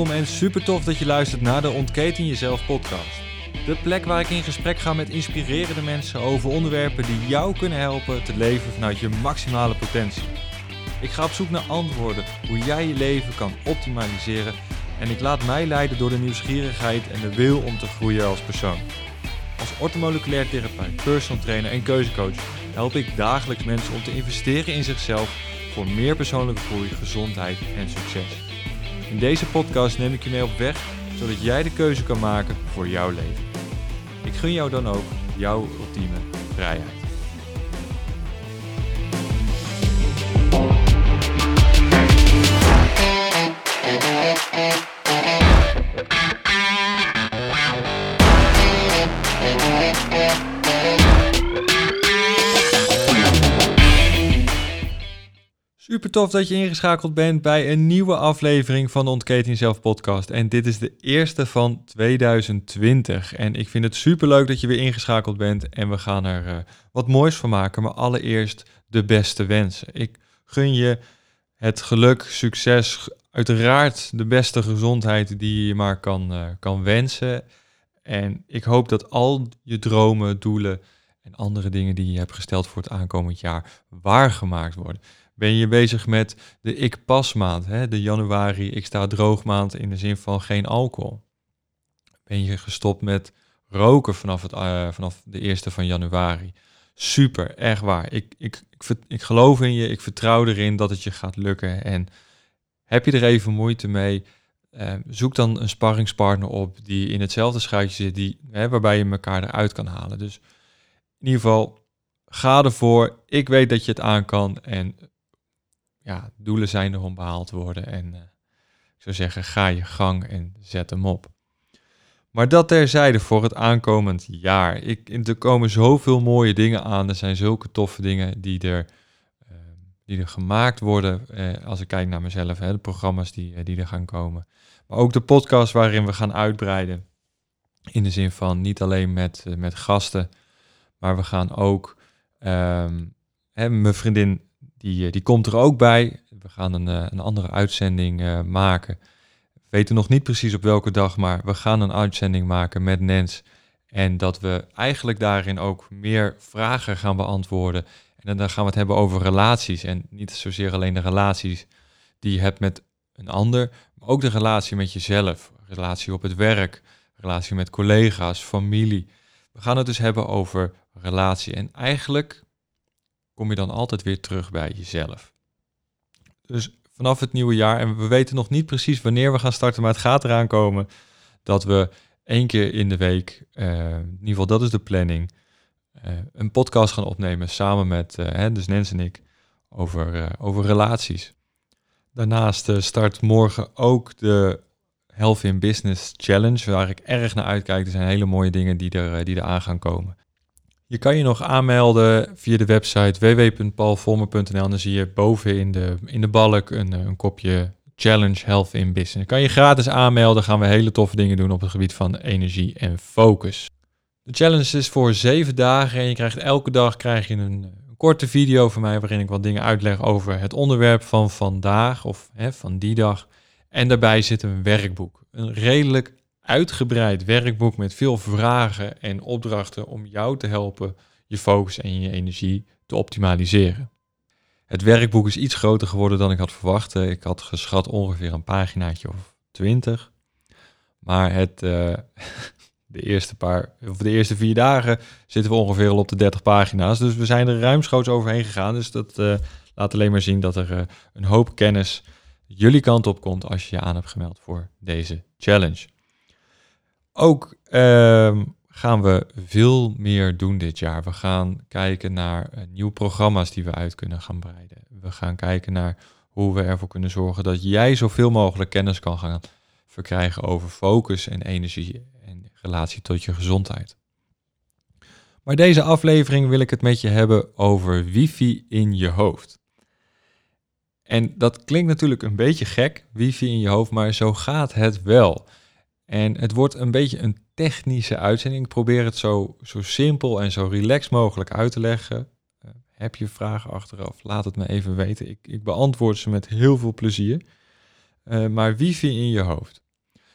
Welkom en super tof dat je luistert naar de Ontketen Jezelf podcast. De plek waar ik in gesprek ga met inspirerende mensen over onderwerpen die jou kunnen helpen te leven vanuit je maximale potentie. Ik ga op zoek naar antwoorden hoe jij je leven kan optimaliseren en ik laat mij leiden door de nieuwsgierigheid en de wil om te groeien als persoon. Als orthomoleculair therapeut, personal trainer en keuzecoach help ik dagelijks mensen om te investeren in zichzelf voor meer persoonlijke groei, gezondheid en succes. In deze podcast neem ik je mee op weg, zodat jij de keuze kan maken voor jouw leven. Ik gun jou dan ook jouw ultieme vrijheid. Super tof dat je ingeschakeld bent bij een nieuwe aflevering van de Ontketen Jezelf podcast. En dit is de eerste van 2020. En ik vind het super leuk dat je weer ingeschakeld bent en we gaan er wat moois van maken. Maar allereerst de beste wensen. Ik gun je het geluk, succes, uiteraard de beste gezondheid die je maar kan wensen. En ik hoop dat al je dromen, doelen en andere dingen die je hebt gesteld voor het aankomend jaar waargemaakt worden. Ben je bezig met de ik pas maand, de januari ik sta droog maand in de zin van geen alcohol? Ben je gestopt met roken vanaf de 1e van januari? Super, echt waar. Ik geloof in je, ik vertrouw erin dat het je gaat lukken. En heb je er even moeite mee, zoek dan een sparringspartner op die in hetzelfde schuitje zit, waarbij je elkaar eruit kan halen. Dus in ieder geval, ga ervoor. Ik weet dat je het aan kan en ja, doelen zijn er om behaald te worden. En ik zou zeggen, ga je gang en zet hem op. Maar dat terzijde voor het aankomend jaar. Er komen zoveel mooie dingen aan. Er zijn zulke toffe dingen die er gemaakt worden. Als ik kijk naar mezelf, de programma's die er gaan komen. Maar ook de podcast waarin we gaan uitbreiden. In de zin van niet alleen met gasten. Maar we gaan ook mijn vriendin. Die komt er ook bij. We gaan een andere uitzending maken. We weten nog niet precies op welke dag, maar we gaan een uitzending maken met Nens. En dat we eigenlijk daarin ook meer vragen gaan beantwoorden. En dan gaan we het hebben over relaties. En niet zozeer alleen de relaties die je hebt met een ander, maar ook de relatie met jezelf. Relatie op het werk, relatie met collega's, familie. We gaan het dus hebben over relatie. En eigenlijk kom je dan altijd weer terug bij jezelf. Dus vanaf het nieuwe jaar, en we weten nog niet precies wanneer we gaan starten, maar het gaat eraan komen dat we 1 keer in de week, in ieder geval dat is de planning, een podcast gaan opnemen samen met dus Nens en ik over relaties. Daarnaast start morgen ook de Health in Business Challenge, waar ik erg naar uitkijk. Er zijn hele mooie dingen die er aan gaan komen. Je kan je nog aanmelden via de website www.paulvolmer.nl en dan zie je boven in de balk een kopje Challenge Health in Business. Dan kan je gratis aanmelden, gaan we hele toffe dingen doen op het gebied van energie en focus. De challenge is voor 7 dagen en je krijgt elke dag een korte video van mij waarin ik wat dingen uitleg over het onderwerp van vandaag of van die dag. En daarbij zit een werkboek, een redelijk uitgebreid werkboek met veel vragen en opdrachten om jou te helpen je focus en je energie te optimaliseren. Het werkboek is iets groter geworden dan ik had verwacht. Ik had geschat ongeveer een paginaatje of 20. Maar de eerste 4 dagen zitten we ongeveer al op de 30 pagina's. Dus we zijn er ruimschoots overheen gegaan. Dus dat laat alleen maar zien dat er een hoop kennis jullie kant op komt als je je aan hebt gemeld voor deze challenge. Ook gaan we veel meer doen dit jaar. We gaan kijken naar nieuwe programma's die we uit kunnen gaan breiden. We gaan kijken naar hoe we ervoor kunnen zorgen dat jij zoveel mogelijk kennis kan gaan verkrijgen over focus en energie en relatie tot je gezondheid. Maar deze aflevering wil ik het met je hebben over wifi in je hoofd. En dat klinkt natuurlijk een beetje gek, wifi in je hoofd, maar zo gaat het wel. En het wordt een beetje een technische uitzending. Ik probeer het zo simpel en zo relaxed mogelijk uit te leggen. Heb je vragen achteraf? Laat het me even weten. Ik beantwoord ze met heel veel plezier. Maar wifi in je hoofd.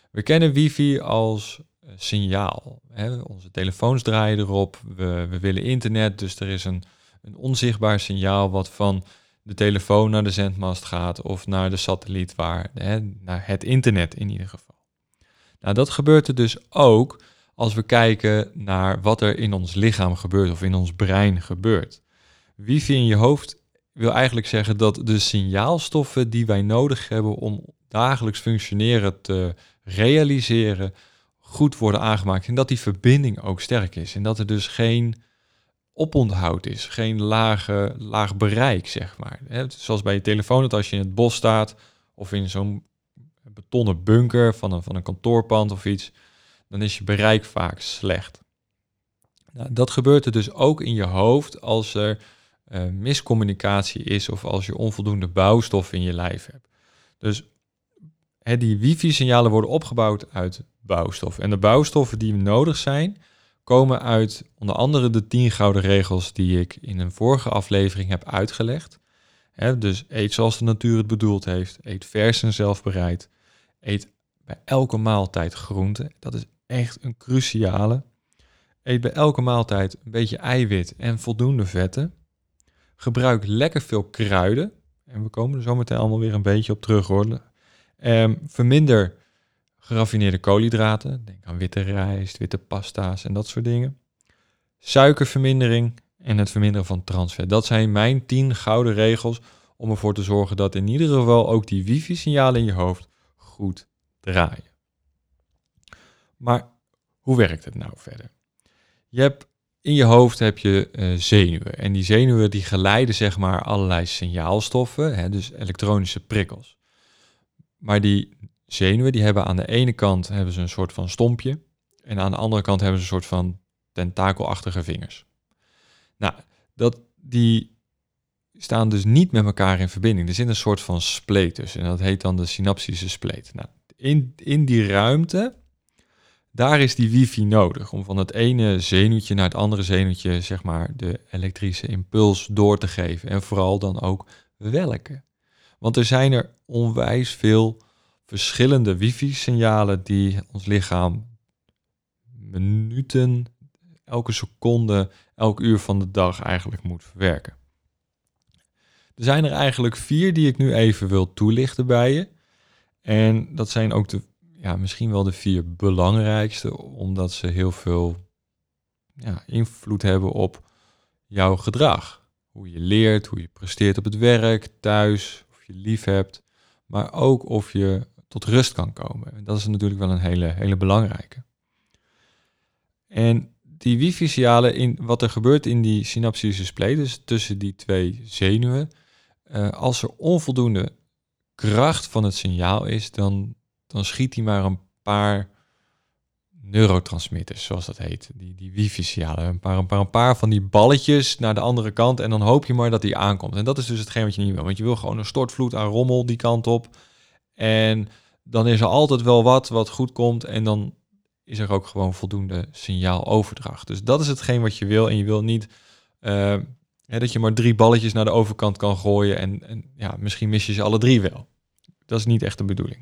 We kennen wifi als signaal. Hè? Onze telefoons draaien erop, we willen internet, dus er is een onzichtbaar signaal wat van de telefoon naar de zendmast gaat of naar de satelliet, naar het internet in ieder geval. Nou, dat gebeurt er dus ook als we kijken naar wat er in ons lichaam gebeurt of in ons brein gebeurt. Wifi in je hoofd wil eigenlijk zeggen dat de signaalstoffen die wij nodig hebben om dagelijks functioneren te realiseren, goed worden aangemaakt. En dat die verbinding ook sterk is. En dat er dus geen oponthoud is, geen laag bereik, zeg maar. Zoals bij je telefoon, dat als je in het bos staat of in zo'n betonnen bunker van een kantoorpand of iets, dan is je bereik vaak slecht. Nou, dat gebeurt er dus ook in je hoofd als er miscommunicatie is of als je onvoldoende bouwstof in je lijf hebt. Dus die wifi-signalen worden opgebouwd uit bouwstof. En de bouwstoffen die nodig zijn, komen uit onder andere de 10 gouden regels die ik in een vorige aflevering heb uitgelegd. Dus eet zoals de natuur het bedoeld heeft. Eet vers en zelfbereid. Eet bij elke maaltijd groente. Dat is echt een cruciale. Eet bij elke maaltijd een beetje eiwit en voldoende vetten. Gebruik lekker veel kruiden. En we komen er zo meteen allemaal weer een beetje op terug, hoor. Verminder geraffineerde koolhydraten. Denk aan witte rijst, witte pasta's en dat soort dingen. Suikervermindering en het verminderen van transvet. Dat zijn mijn 10 gouden regels om ervoor te zorgen dat in ieder geval ook die wifi-signalen in je hoofd goed draaien. Maar hoe werkt het nou verder? In je hoofd heb je zenuwen. En die zenuwen die geleiden zeg maar allerlei signaalstoffen, dus elektronische prikkels. Maar die zenuwen die hebben aan de ene kant hebben ze een soort van stompje. En aan de andere kant hebben ze een soort van tentakelachtige vingers. Nou, die staan dus niet met elkaar in verbinding. Er zit een soort van spleet tussen. En dat heet dan de synaptische spleet. Nou, in die ruimte, daar is die wifi nodig om van het ene zenuwtje naar het andere zenuwtje, zeg maar, de elektrische impuls door te geven. En vooral dan ook welke. Want er zijn er onwijs veel verschillende wifi-signalen die ons lichaam minuten, elke seconde, elk uur van de dag eigenlijk moet verwerken. Er zijn er eigenlijk 4 die ik nu even wil toelichten bij je. En dat zijn ook misschien wel de 4 belangrijkste, omdat ze heel veel invloed hebben op jouw gedrag. Hoe je leert, hoe je presteert op het werk, thuis, of je lief hebt, maar ook of je tot rust kan komen. En dat is natuurlijk wel een hele belangrijke. En die wifi-signalen, wat er gebeurt in die synaptische spleet, dus tussen die 2 zenuwen, als er onvoldoende kracht van het signaal is, dan schiet hij maar een paar neurotransmitters, zoals dat heet, die wifi-signalen. Een paar van die balletjes naar de andere kant en dan hoop je maar dat die aankomt. En dat is dus hetgeen wat je niet wil, want je wil gewoon een stortvloed aan rommel die kant op. En dan is er altijd wel wat goed komt en dan is er ook gewoon voldoende signaaloverdracht. Dus dat is hetgeen wat je wil en je wil niet dat je maar 3 balletjes naar de overkant kan gooien en misschien mis je ze alle 3 wel. Dat is niet echt de bedoeling.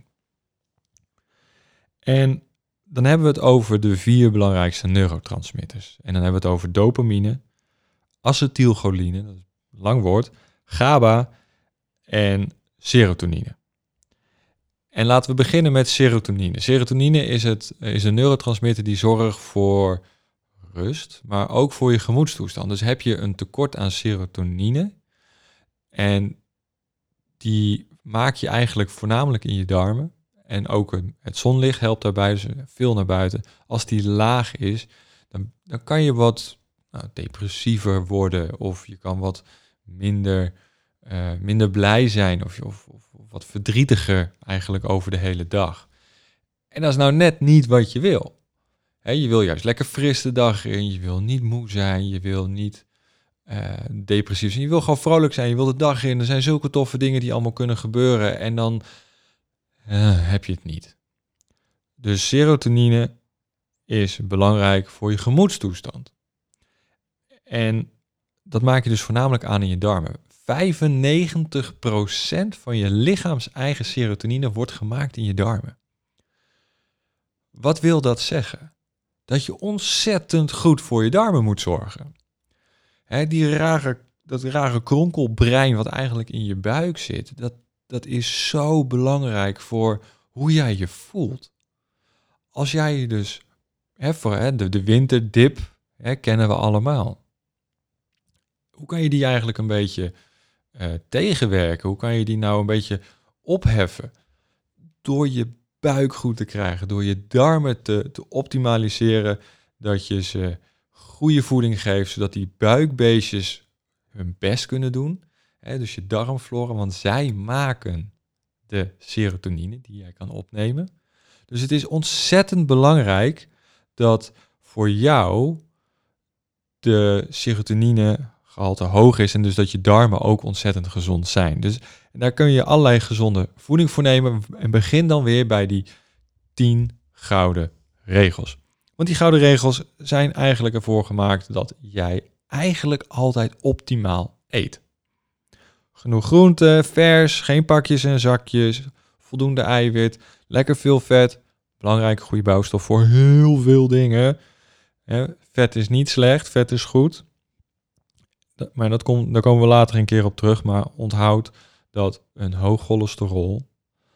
En dan hebben we het over de 4 belangrijkste neurotransmitters. En dan hebben we het over dopamine, acetylcholine, dat is een lang woord, GABA en serotonine. En laten we beginnen met serotonine. Serotonine is een neurotransmitter die zorgt voor rust, maar ook voor je gemoedstoestand. Dus heb je een tekort aan serotonine en die maak je eigenlijk voornamelijk in je darmen. En ook het zonlicht helpt daarbij, dus veel naar buiten. Als die laag is, dan kan je wat depressiever worden of je kan wat minder blij zijn of wat verdrietiger eigenlijk over de hele dag. En dat is nou net niet wat je wil. Je wil juist lekker fris de dag in, je wil niet moe zijn, je wil niet depressief zijn. Je wil gewoon vrolijk zijn, je wil de dag in. Er zijn zulke toffe dingen die allemaal kunnen gebeuren en dan heb je het niet. Dus serotonine is belangrijk voor je gemoedstoestand. En dat maak je dus voornamelijk aan in je darmen. 95% van je lichaams eigen serotonine wordt gemaakt in je darmen. Wat wil dat zeggen? Dat je ontzettend goed voor je darmen moet zorgen. Dat rare kronkelbrein wat eigenlijk in je buik zit, dat is zo belangrijk voor hoe jij je voelt. Als jij je dus, de winterdip kennen we allemaal. Hoe kan je die eigenlijk een beetje tegenwerken? Hoe kan je die nou een beetje opheffen? Door je buik goed te krijgen, door je darmen te optimaliseren, dat je ze goede voeding geeft, zodat die buikbeestjes hun best kunnen doen. Dus je darmflora, want zij maken de serotonine die jij kan opnemen. Dus het is ontzettend belangrijk dat voor jou de serotoninegehalte hoog is en dus dat je darmen ook ontzettend gezond zijn. Dus daar kun je allerlei gezonde voeding voor nemen en begin dan weer bij die 10 gouden regels. Want die gouden regels zijn eigenlijk ervoor gemaakt dat jij eigenlijk altijd optimaal eet. Genoeg groente, vers, geen pakjes en zakjes, voldoende eiwit, lekker veel vet. Belangrijke goede bouwstof voor heel veel dingen. Vet is niet slecht, vet is goed. Maar daar komen we later een keer op terug. Maar onthoud dat een hoog cholesterol,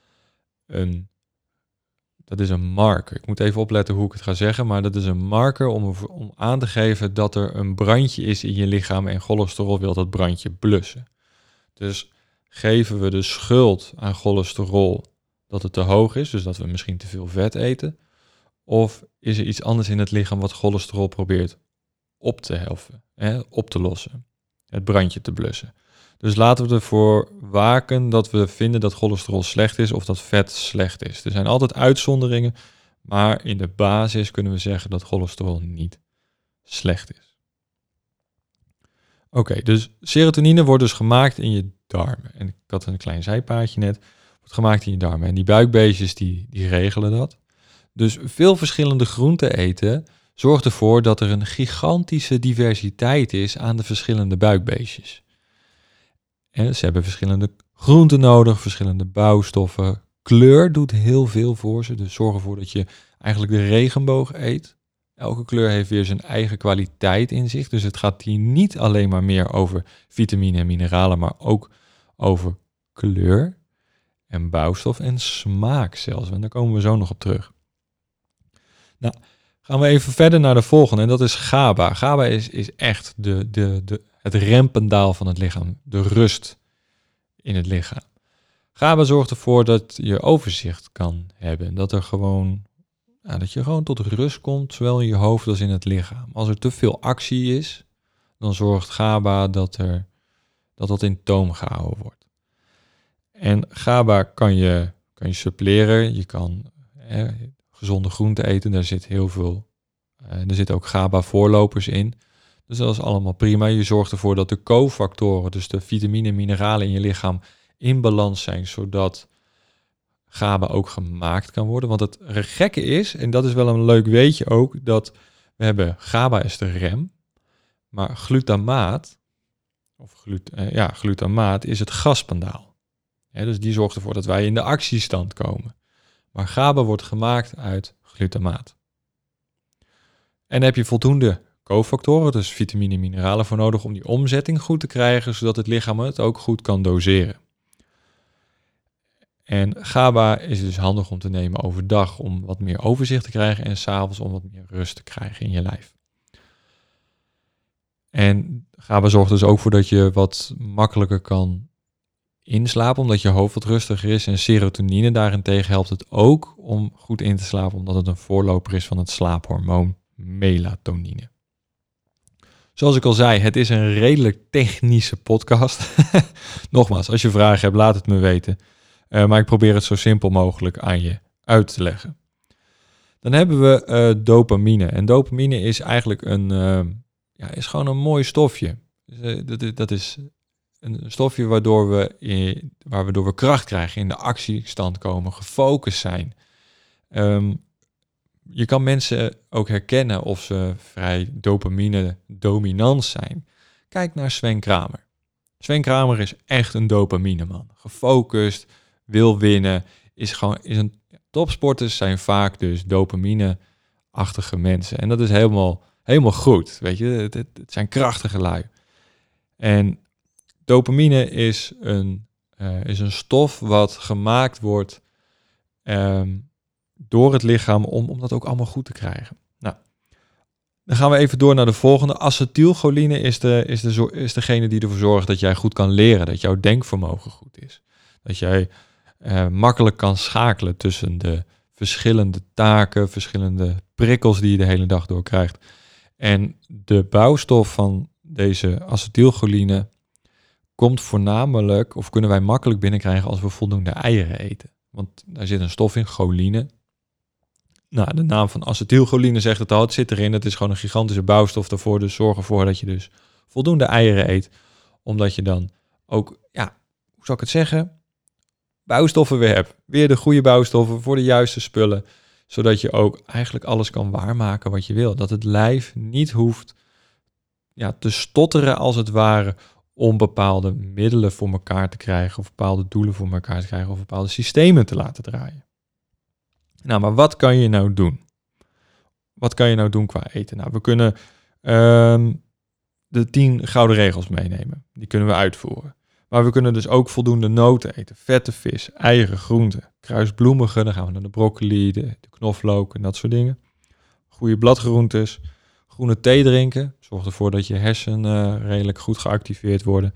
dat is een marker. Ik moet even opletten hoe ik het ga zeggen, maar dat is een marker om aan te geven dat er een brandje is in je lichaam en cholesterol wil dat brandje blussen. Dus geven we de schuld aan cholesterol dat het te hoog is, dus dat we misschien te veel vet eten, of is er iets anders in het lichaam wat cholesterol probeert op te helpen, op te lossen, het brandje te blussen. Dus laten we ervoor waken dat we vinden dat cholesterol slecht is of dat vet slecht is. Er zijn altijd uitzonderingen, maar in de basis kunnen we zeggen dat cholesterol niet slecht is. Oké, dus serotonine wordt dus gemaakt in je darmen. En ik had een klein zijpaadje net, wordt gemaakt in je darmen. En die buikbeestjes die regelen dat. Dus veel verschillende groenten eten zorgt ervoor dat er een gigantische diversiteit is aan de verschillende buikbeestjes. En ze hebben verschillende groenten nodig, verschillende bouwstoffen. Kleur doet heel veel voor ze. Dus zorg ervoor dat je eigenlijk de regenboog eet. Elke kleur heeft weer zijn eigen kwaliteit in zich. Dus het gaat hier niet alleen maar meer over vitamine en mineralen, maar ook over kleur en bouwstof en smaak zelfs. En daar komen we zo nog op terug. Nou, gaan we even verder naar de volgende en dat is GABA. GABA is echt het rempendaal van het lichaam, de rust in het lichaam. GABA zorgt ervoor dat je overzicht kan hebben, dat je gewoon tot rust komt, zowel in je hoofd als in het lichaam. Als er te veel actie is, dan zorgt GABA dat in toom gehouden wordt. En GABA kan je suppleren, je kan gezonde groenten eten, daar zit heel veel, er zitten ook GABA-voorlopers in. Dus dat is allemaal prima. Je zorgt ervoor dat de cofactoren, dus de vitamine en mineralen in je lichaam, in balans zijn, zodat GABA ook gemaakt kan worden. Want het gekke is, en dat is wel een leuk weetje ook, dat we hebben GABA is de rem, maar glutamaat is het gaspedaal. Dus die zorgt ervoor dat wij in de actiestand komen. Maar GABA wordt gemaakt uit glutamaat. En dan heb je voldoende cofactoren, dus vitamine en mineralen voor nodig om die omzetting goed te krijgen, zodat het lichaam het ook goed kan doseren. En GABA is dus handig om te nemen overdag om wat meer overzicht te krijgen en 's avonds om wat meer rust te krijgen in je lijf. En GABA zorgt dus ook voor dat je wat makkelijker kan inslapen, omdat je hoofd wat rustiger is. En serotonine daarentegen helpt het ook om goed in te slapen, omdat het een voorloper is van het slaaphormoon melatonine. Zoals ik al zei, het is een redelijk technische podcast. Nogmaals, als je vragen hebt, laat het me weten. Maar ik probeer het zo simpel mogelijk aan je uit te leggen. Dan hebben we dopamine. En dopamine is eigenlijk is gewoon een mooi stofje. Dat is een stofje waardoor we kracht krijgen, in de actiestand komen, gefocust zijn. Je kan mensen ook herkennen of ze vrij dopamine-dominant zijn. Kijk naar Sven Kramer. Sven Kramer is echt een dopamine-man. Gefocust, wil winnen, is topsporters zijn vaak dus dopamine-achtige mensen. En dat is helemaal goed, weet je. Het zijn krachtige lui. En dopamine is een stof wat gemaakt wordt door het lichaam om dat ook allemaal goed te krijgen. Nou, dan gaan we even door naar de volgende. Acetylcholine is degene die ervoor zorgt dat jij goed kan leren, dat jouw denkvermogen goed is. Dat jij makkelijk kan schakelen tussen de verschillende taken, verschillende prikkels die je de hele dag door krijgt. En de bouwstof van deze acetylcholine komt voornamelijk, of kunnen wij makkelijk binnenkrijgen als we voldoende eieren eten. Want daar zit een stof in, choline. Nou, de naam van acetylcholine zegt het al, het zit erin. Het is gewoon een gigantische bouwstof daarvoor. Dus zorg ervoor dat je dus voldoende eieren eet. Omdat je dan ook, hoe zou ik het zeggen? Bouwstoffen weer hebt. Weer de goede bouwstoffen voor de juiste spullen. Zodat je ook eigenlijk alles kan waarmaken wat je wil. Dat het lijf niet hoeft te stotteren als het ware om bepaalde middelen voor elkaar te krijgen. Of bepaalde doelen voor elkaar te krijgen. Of bepaalde systemen te laten draaien. Nou, maar wat kan je nou doen? Wat kan je nou doen qua eten? Nou, we kunnen de 10 gouden regels meenemen. Die kunnen we uitvoeren. Maar we kunnen dus ook voldoende noten eten. Vette vis, eieren, groenten, kruisbloemige. Dan gaan we naar de broccoli, de knoflook en dat soort dingen. Goede bladgroentes. Groene thee drinken. Zorg ervoor dat je hersenen redelijk goed geactiveerd worden.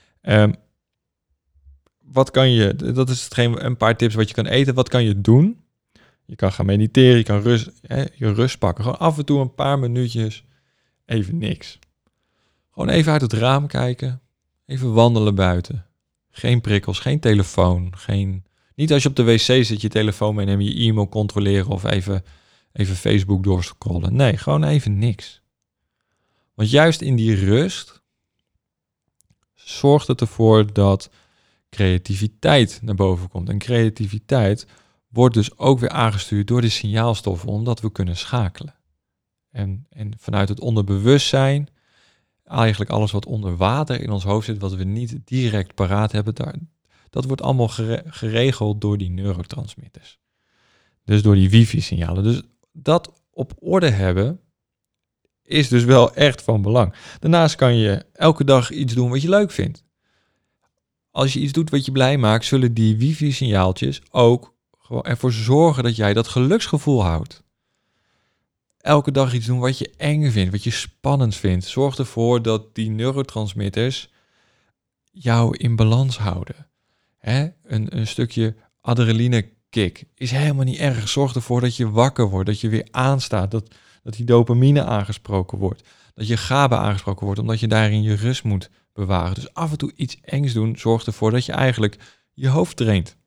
Wat kan je... Dat is een paar tips wat je kan eten. Wat kan je doen? Je kan gaan mediteren, je kan je rust pakken. Gewoon af en toe een paar minuutjes, even niks. Gewoon even uit het raam kijken, even wandelen buiten. Geen prikkels, geen telefoon. Niet als je op de wc zit, je telefoon meenemen, je e-mail controleren of even Facebook doorscrollen. Nee, gewoon even niks. Want juist in die rust zorgt het ervoor dat creativiteit naar boven komt. En creativiteit wordt dus ook weer aangestuurd door de signaalstoffen, omdat we kunnen schakelen. En vanuit het onderbewustzijn, eigenlijk alles wat onder water in ons hoofd zit, wat we niet direct paraat hebben, dat wordt allemaal geregeld door die neurotransmitters. Dus door die wifi-signalen. Dus dat op orde hebben is dus wel echt van belang. Daarnaast kan je elke dag iets doen wat je leuk vindt. Als je iets doet wat je blij maakt, zullen die wifi-signaaltjes ook gewoon ervoor zorgen dat jij dat geluksgevoel houdt. Elke dag iets doen wat je eng vindt, wat je spannend vindt. Zorg ervoor dat die neurotransmitters jou in balans houden. Een stukje adrenaline kick is helemaal niet erg. Zorg ervoor dat je wakker wordt, dat je weer aanstaat, dat die dopamine aangesproken wordt. Dat je GABA aangesproken wordt, omdat je daarin je rust moet bewaren. Dus af en toe iets engs doen, zorgt ervoor dat je eigenlijk je hoofd traint.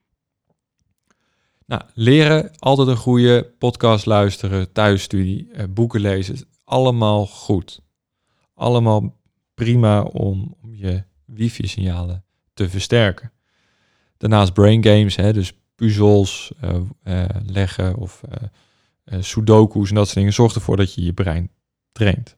Nou, leren, altijd een goede podcast luisteren, thuisstudie, boeken lezen, allemaal goed. Allemaal prima om je wifi-signalen te versterken. Daarnaast brain games, dus puzzels leggen of sudoku's en dat soort dingen. Zorg ervoor dat je je brein traint.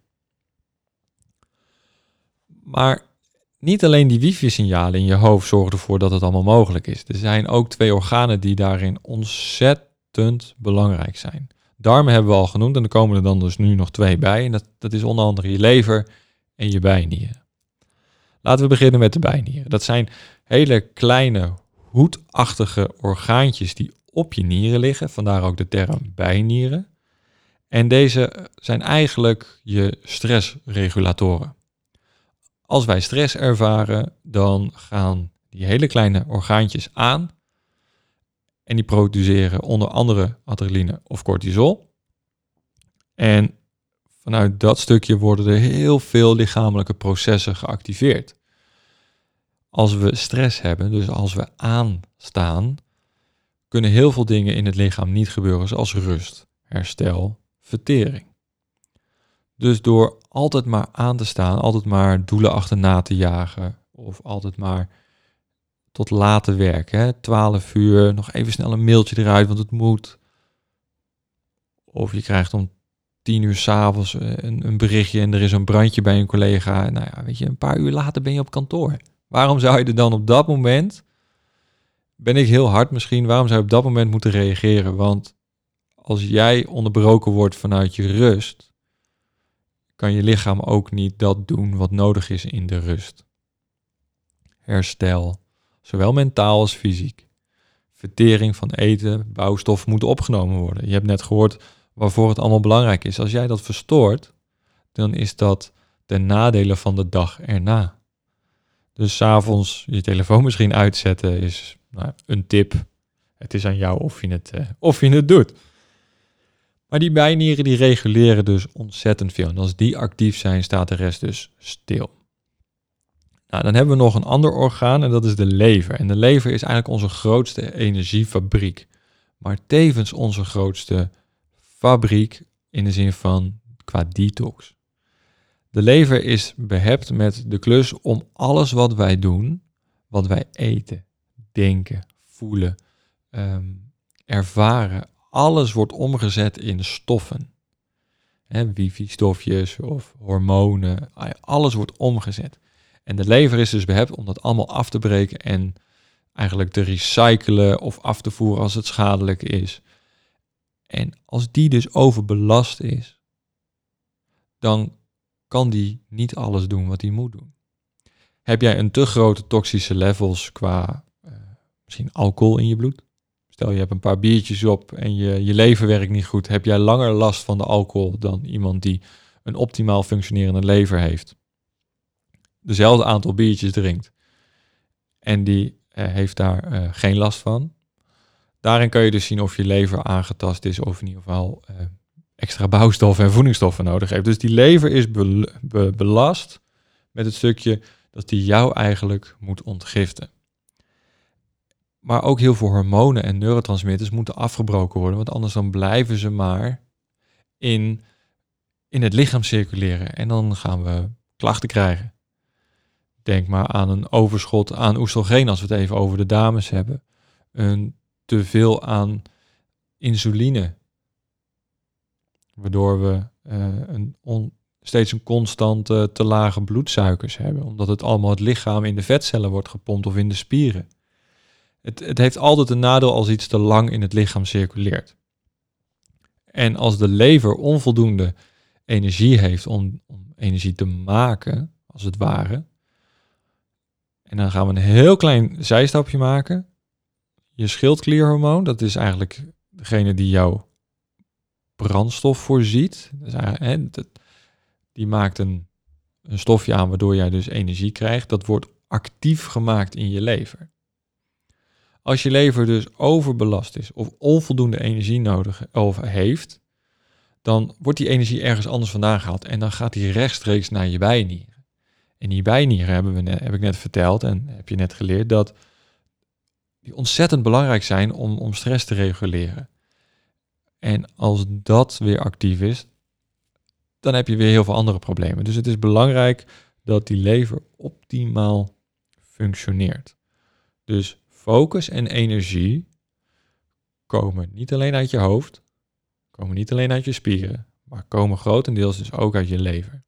Maar niet alleen die wifi-signalen in je hoofd zorgen ervoor dat het allemaal mogelijk is. Er zijn ook 2 organen die daarin ontzettend belangrijk zijn. Darmen hebben we al genoemd en er komen er dan dus nu nog 2 bij. En dat is onder andere je lever en je bijnieren. Laten we beginnen met de bijnieren. Dat zijn hele kleine hoedachtige orgaantjes die op je nieren liggen. Vandaar ook de term bijnieren. En deze zijn eigenlijk je stressregulatoren. Als wij stress ervaren, dan gaan die hele kleine orgaantjes aan. En die produceren onder andere adrenaline of cortisol. En vanuit dat stukje worden er heel veel lichamelijke processen geactiveerd. Als we stress hebben, dus als we aanstaan, kunnen heel veel dingen in het lichaam niet gebeuren, zoals rust, herstel, vertering. Dus door altijd maar aan te staan, altijd maar doelen achterna te jagen, of altijd maar tot later werken, 12 uur, nog even snel een mailtje eruit, want het moet. Of je krijgt om 10 uur 's avonds een berichtje en er is een brandje bij een collega. Nou ja, weet je, een paar uur later ben je op kantoor. Waarom zou je er dan op dat moment ben ik heel hard misschien. Waarom zou je op dat moment moeten reageren? Want als jij onderbroken wordt vanuit je rust, kan je lichaam ook niet dat doen wat nodig is in de rust. Herstel, zowel mentaal als fysiek. Vertering van eten, bouwstoffen moeten opgenomen worden. Je hebt net gehoord waarvoor het allemaal belangrijk is. Als jij dat verstoort, dan is dat ten nadele van de dag erna. Dus 's avonds je telefoon misschien uitzetten is een tip. Het is aan jou of je het doet. Maar die bijnieren die reguleren dus ontzettend veel. En als die actief zijn, staat de rest dus stil. Nou, dan hebben we nog een ander orgaan en dat is de lever. En de lever is eigenlijk onze grootste energiefabriek. Maar tevens onze grootste fabriek in de zin van qua detox. De lever is behept met de klus om alles wat wij doen, wat wij eten, denken, voelen, ervaren, alles wordt omgezet in stoffen. Wifi-stofjes of hormonen, alles wordt omgezet. En de lever is dus behept om dat allemaal af te breken en eigenlijk te recyclen of af te voeren als het schadelijk is. En als die dus overbelast is, dan kan die niet alles doen wat die moet doen. Heb jij een te grote toxische levels qua misschien alcohol in je bloed? Stel je hebt een paar biertjes op en je lever werkt niet goed. Heb jij langer last van de alcohol dan iemand die een optimaal functionerende lever heeft? Dezelfde aantal biertjes drinkt. En die heeft daar geen last van. Daarin kan je dus zien of je lever aangetast is of in ieder geval extra bouwstoffen en voedingsstoffen nodig heeft. Dus die lever is belast met het stukje dat die jou eigenlijk moet ontgiften. Maar ook heel veel hormonen en neurotransmitters moeten afgebroken worden, want anders dan blijven ze maar in het lichaam circuleren. En dan gaan we klachten krijgen. Denk maar aan een overschot aan oestrogeen als we het even over de dames hebben. Een teveel aan insuline. Waardoor we steeds een constante te lage bloedsuikers hebben. Omdat het allemaal het lichaam in de vetcellen wordt gepompt of in de spieren. Het heeft altijd een nadeel als iets te lang in het lichaam circuleert. En als de lever onvoldoende energie heeft om energie te maken, als het ware. En dan gaan we een heel klein zijstapje maken. Je schildklierhormoon, dat is eigenlijk degene die jouw brandstof voorziet. Dus die maakt een stofje aan waardoor jij dus energie krijgt. Dat wordt actief gemaakt in je lever. Als je lever dus overbelast is of onvoldoende energie nodig heeft, dan wordt die energie ergens anders vandaan gehaald en dan gaat die rechtstreeks naar je bijnieren. En die bijnieren heb ik net verteld en heb je net geleerd dat die ontzettend belangrijk zijn om stress te reguleren. En als dat weer actief is, dan heb je weer heel veel andere problemen. Dus het is belangrijk dat die lever optimaal functioneert. Dus focus en energie komen niet alleen uit je hoofd, komen niet alleen uit je spieren, maar komen grotendeels dus ook uit je lever.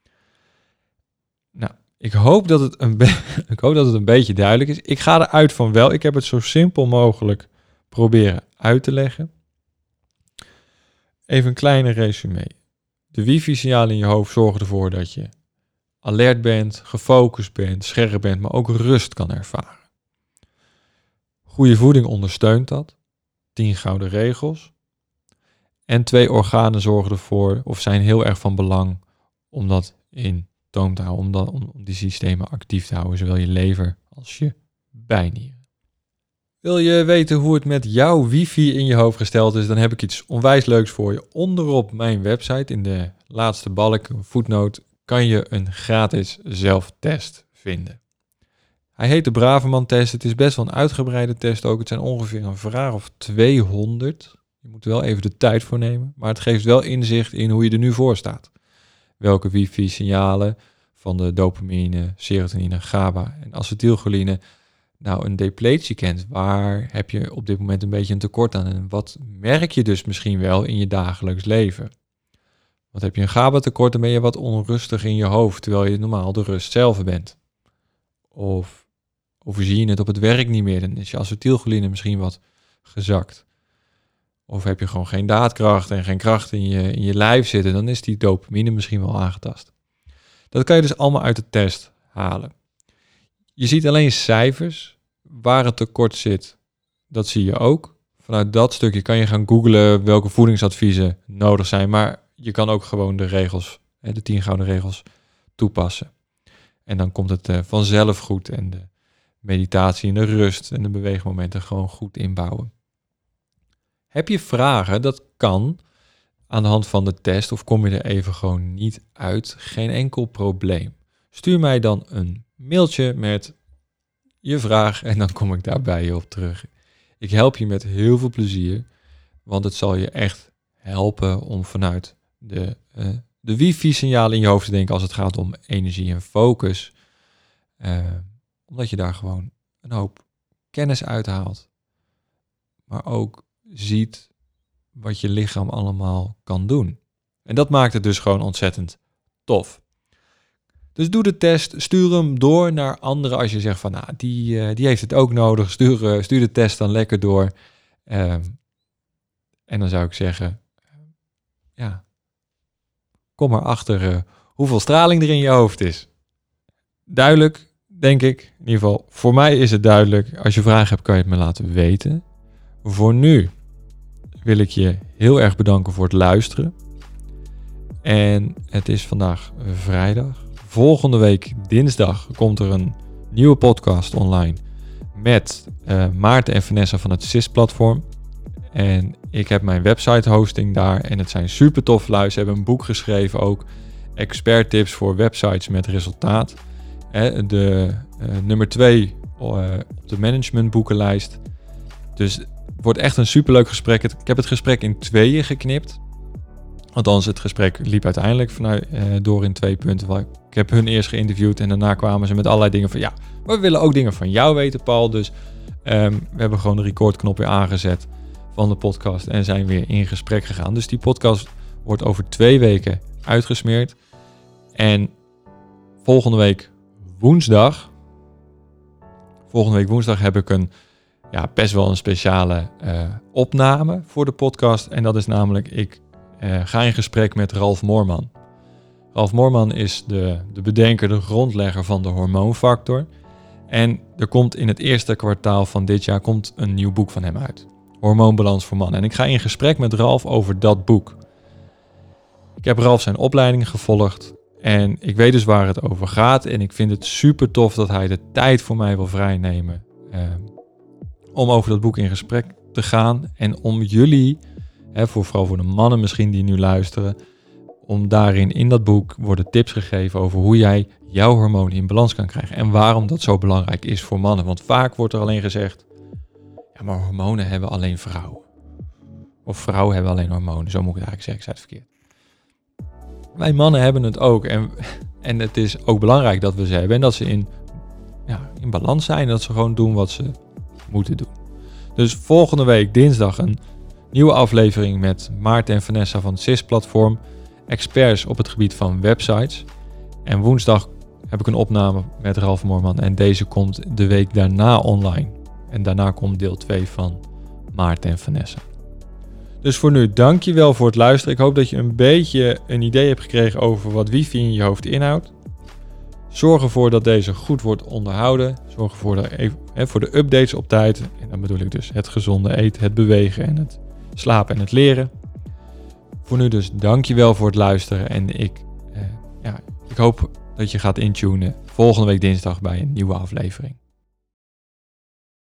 Nou, ik hoop dat het een beetje duidelijk is. Ik ga eruit van wel. Ik heb het zo simpel mogelijk proberen uit te leggen. Even een kleine resume. De wifi-signalen in je hoofd zorgen ervoor dat je alert bent, gefocust bent, scherp bent, maar ook rust kan ervaren. Goede voeding ondersteunt dat. 10 gouden regels. En 2 organen zorgen ervoor, of zijn heel erg van belang, om dat in toom te houden, om die systemen actief te houden, zowel je lever als je bijnieren. Wil je weten hoe het met jouw wifi in je hoofd gesteld is, dan heb ik iets onwijs leuks voor je. Onderop mijn website, in de laatste balk, een voetnoot, kan je een gratis zelftest vinden. Hij heet de Braveman-test. Het is best wel een uitgebreide test ook. Het zijn ongeveer een vraag of 200. Je moet er wel even de tijd voor nemen. Maar het geeft wel inzicht in hoe je er nu voor staat. Welke wifi-signalen van de dopamine, serotonine, GABA en acetylcholine nou een depletie kent. Waar heb je op dit moment een beetje een tekort aan? En wat merk je dus misschien wel in je dagelijks leven? Wat heb je een GABA-tekort, dan ben je wat onrustig in je hoofd, terwijl je normaal de rust zelf bent. Of overzie je het op het werk niet meer. Dan is je acetylcholine misschien wat gezakt. Of heb je gewoon geen daadkracht en geen kracht in je lijf zitten. Dan is die dopamine misschien wel aangetast. Dat kan je dus allemaal uit de test halen. Je ziet alleen cijfers. Waar het tekort zit, dat zie je ook. Vanuit dat stukje kan je gaan googlen welke voedingsadviezen nodig zijn. Maar je kan ook gewoon de regels, de 10 gouden regels, toepassen. En dan komt het vanzelf goed. En de meditatie en de rust en de beweegmomenten gewoon goed inbouwen. Heb je vragen? Dat kan aan de hand van de test. Of kom je er even gewoon niet uit? Geen enkel probleem. Stuur mij dan een mailtje met je vraag en dan kom ik daar bij je op terug. Ik help je met heel veel plezier, want het zal je echt helpen om vanuit de wifi-signalen in je hoofd te denken als het gaat om energie en focus. Omdat je daar gewoon een hoop kennis uithaalt, maar ook ziet wat je lichaam allemaal kan doen. En dat maakt het dus gewoon ontzettend tof. Dus doe de test, stuur hem door naar anderen als je zegt van, nou, die heeft het ook nodig. Stuur de test dan lekker door. En dan zou ik zeggen, kom maar achter hoeveel straling er in je hoofd is. Duidelijk, denk ik. In ieder geval, voor mij is het duidelijk. Als je vragen hebt, kan je het me laten weten. Voor nu wil ik je heel erg bedanken voor het luisteren. En het is vandaag vrijdag. Volgende week dinsdag komt er een nieuwe podcast online met Maarten en Vanessa van het SIS-platform. En ik heb mijn website hosting daar en het zijn super tof lui. Ze hebben een boek geschreven ook. Expert tips voor websites met resultaat. De nummer 2 op de managementboekenlijst. Dus het wordt echt een superleuk gesprek. Ik heb het gesprek in 2 geknipt. Althans, het gesprek liep uiteindelijk door in 2 punten. Ik heb hun eerst geïnterviewd en daarna kwamen ze met allerlei dingen van... Ja, maar we willen ook dingen van jou weten, Paul. Dus we hebben gewoon de recordknop weer aangezet van de podcast en zijn weer in gesprek gegaan. Dus die podcast wordt over 2 weken uitgesmeerd. En volgende week woensdag heb ik best wel een speciale opname voor de podcast. En dat is namelijk, ik ga in gesprek met Ralf Moorman. Ralf Moorman is de bedenker, de grondlegger van de hormoonfactor. En er komt in het eerste kwartaal van dit jaar komt een nieuw boek van hem uit. Hormoonbalans voor mannen. En ik ga in gesprek met Ralf over dat boek. Ik heb Ralf zijn opleiding gevolgd. En ik weet dus waar het over gaat. En ik vind het super tof dat hij de tijd voor mij wil vrijnemen. Om over dat boek in gesprek te gaan. En om jullie, vooral voor de mannen misschien die nu luisteren, om daarin in dat boek worden tips gegeven over hoe jij jouw hormonen in balans kan krijgen. En waarom dat zo belangrijk is voor mannen. Want vaak wordt er alleen gezegd, ja, maar hormonen hebben alleen vrouwen. Of vrouwen hebben alleen hormonen. Zo moet ik het eigenlijk zeggen, ik zei het verkeerd. Wij mannen hebben het ook. En het is ook belangrijk dat we ze hebben. En dat ze in balans zijn. En dat ze gewoon doen wat ze moeten doen. Dus volgende week dinsdag een nieuwe aflevering met Maarten en Vanessa van het SIS-platform. Experts op het gebied van websites. En woensdag heb ik een opname met Ralf Moorman. En deze komt de week daarna online. En daarna komt deel 2 van Maarten en Vanessa. Dus voor nu, dankjewel voor het luisteren. Ik hoop dat je een beetje een idee hebt gekregen over wat wifi in je hoofd inhoudt. Zorg ervoor dat deze goed wordt onderhouden. Zorg ervoor voor de updates op tijd. En dan bedoel ik dus het gezonde eten, het bewegen en het slapen en het leren. Voor nu dus dankjewel voor het luisteren. En ik hoop dat je gaat intunen volgende week dinsdag bij een nieuwe aflevering.